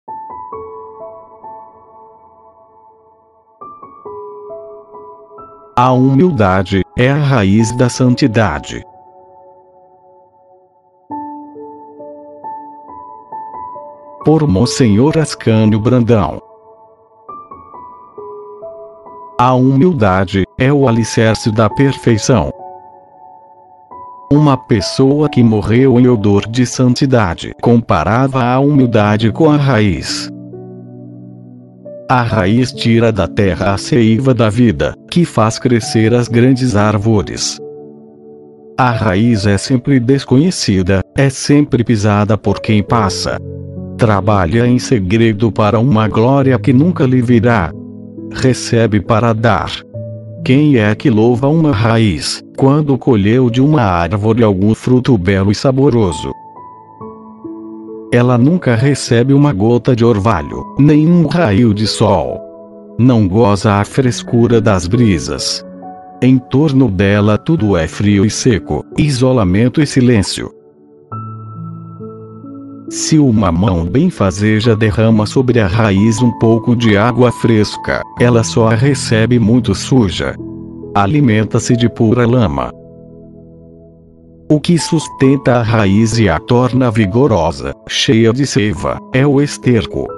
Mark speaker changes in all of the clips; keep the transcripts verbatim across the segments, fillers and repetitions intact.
Speaker 1: A humildade é a raiz da santidade. Por Monsenhor Ascânio Brandão. A humildade é o alicerce da perfeição. Uma pessoa que morreu em odor de santidade comparava a humildade com a raiz. A raiz tira da terra a seiva da vida, que faz crescer as grandes árvores. A raiz é sempre desconhecida, é sempre pisada por quem passa. Trabalha em segredo para uma glória que nunca lhe virá. Recebe para dar. Quem é que louva uma raiz, quando colheu de uma árvore algum fruto belo e saboroso? Ela nunca recebe uma gota de orvalho, nem um raio de sol. Não goza a frescura das brisas. Em torno dela tudo é frio e seco, isolamento e silêncio. Se uma mão benfazeja derrama sobre a raiz um pouco de água fresca, ela só a recebe muito suja. Alimenta-se de pura lama. O que sustenta a raiz e a torna vigorosa, cheia de seiva, é o esterco.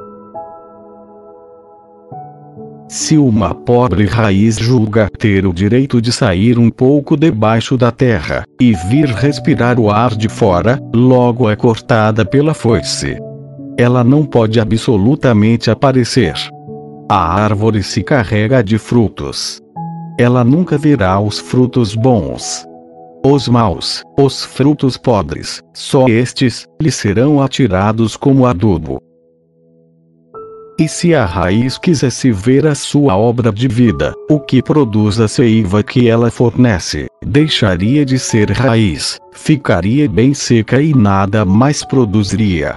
Speaker 1: Se uma pobre raiz julga ter o direito de sair um pouco debaixo da terra, e vir respirar o ar de fora, logo é cortada pela foice. Ela não pode absolutamente aparecer. A árvore se carrega de frutos. Ela nunca verá os frutos bons. Os maus, os frutos podres, só estes, lhe serão atirados como adubo. E se a raiz quisesse ver a sua obra de vida, o que produz a seiva que ela fornece, deixaria de ser raiz, ficaria bem seca e nada mais produziria.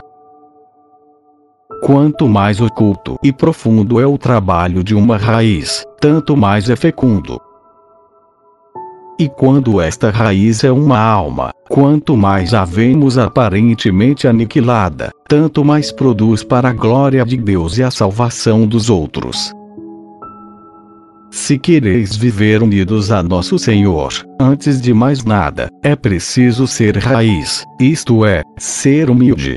Speaker 1: Quanto mais oculto e profundo é o trabalho de uma raiz, tanto mais é fecundo. E quando esta raiz é uma alma, quanto mais a vemos aparentemente aniquilada, tanto mais produz para a glória de Deus e a salvação dos outros. Se quereis viver unidos a Nosso Senhor, antes de mais nada, é preciso ser raiz, isto é, ser humilde.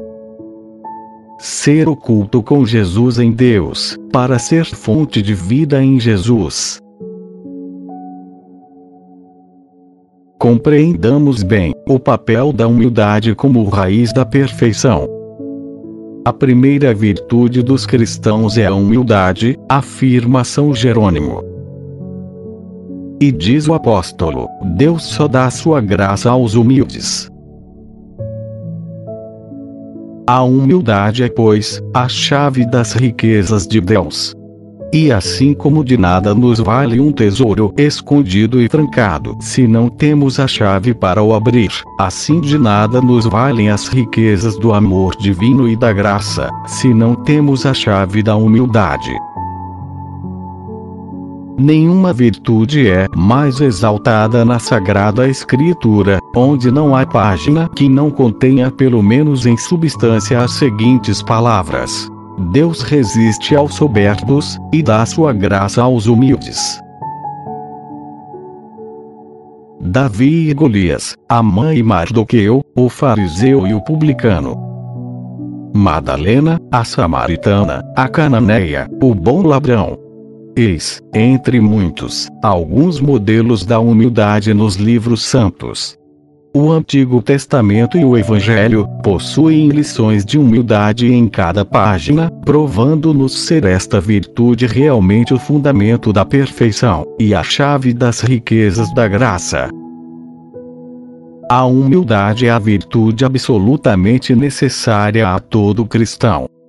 Speaker 1: Ser oculto com Jesus em Deus, para ser fonte de vida em Jesus. Compreendamos bem o papel da humildade como raiz da perfeição. A primeira virtude dos cristãos é a humildade, afirma São Jerônimo. E diz o apóstolo: Deus só dá sua graça aos humildes. A humildade é, pois, a chave das riquezas de Deus. E assim como de nada nos vale um tesouro escondido e trancado, se não temos a chave para o abrir, assim de nada nos valem as riquezas do amor divino e da graça, se não temos a chave da humildade. Nenhuma virtude é mais exaltada na Sagrada Escritura, onde não há página que não contenha pelo menos em substância as seguintes palavras: Deus resiste aos soberbos, e dá sua graça aos humildes. Davi e Golias, Amã e Mardoqueu, o fariseu e o publicano. Madalena, a samaritana, a cananeia, o bom ladrão. Eis, entre muitos, alguns modelos da humildade nos livros santos. O Antigo Testamento e o Evangelho possuem lições de humildade em cada página, provando-nos ser esta virtude realmente o fundamento da perfeição, e a chave das riquezas da graça. A humildade é a virtude absolutamente necessária a todo cristão.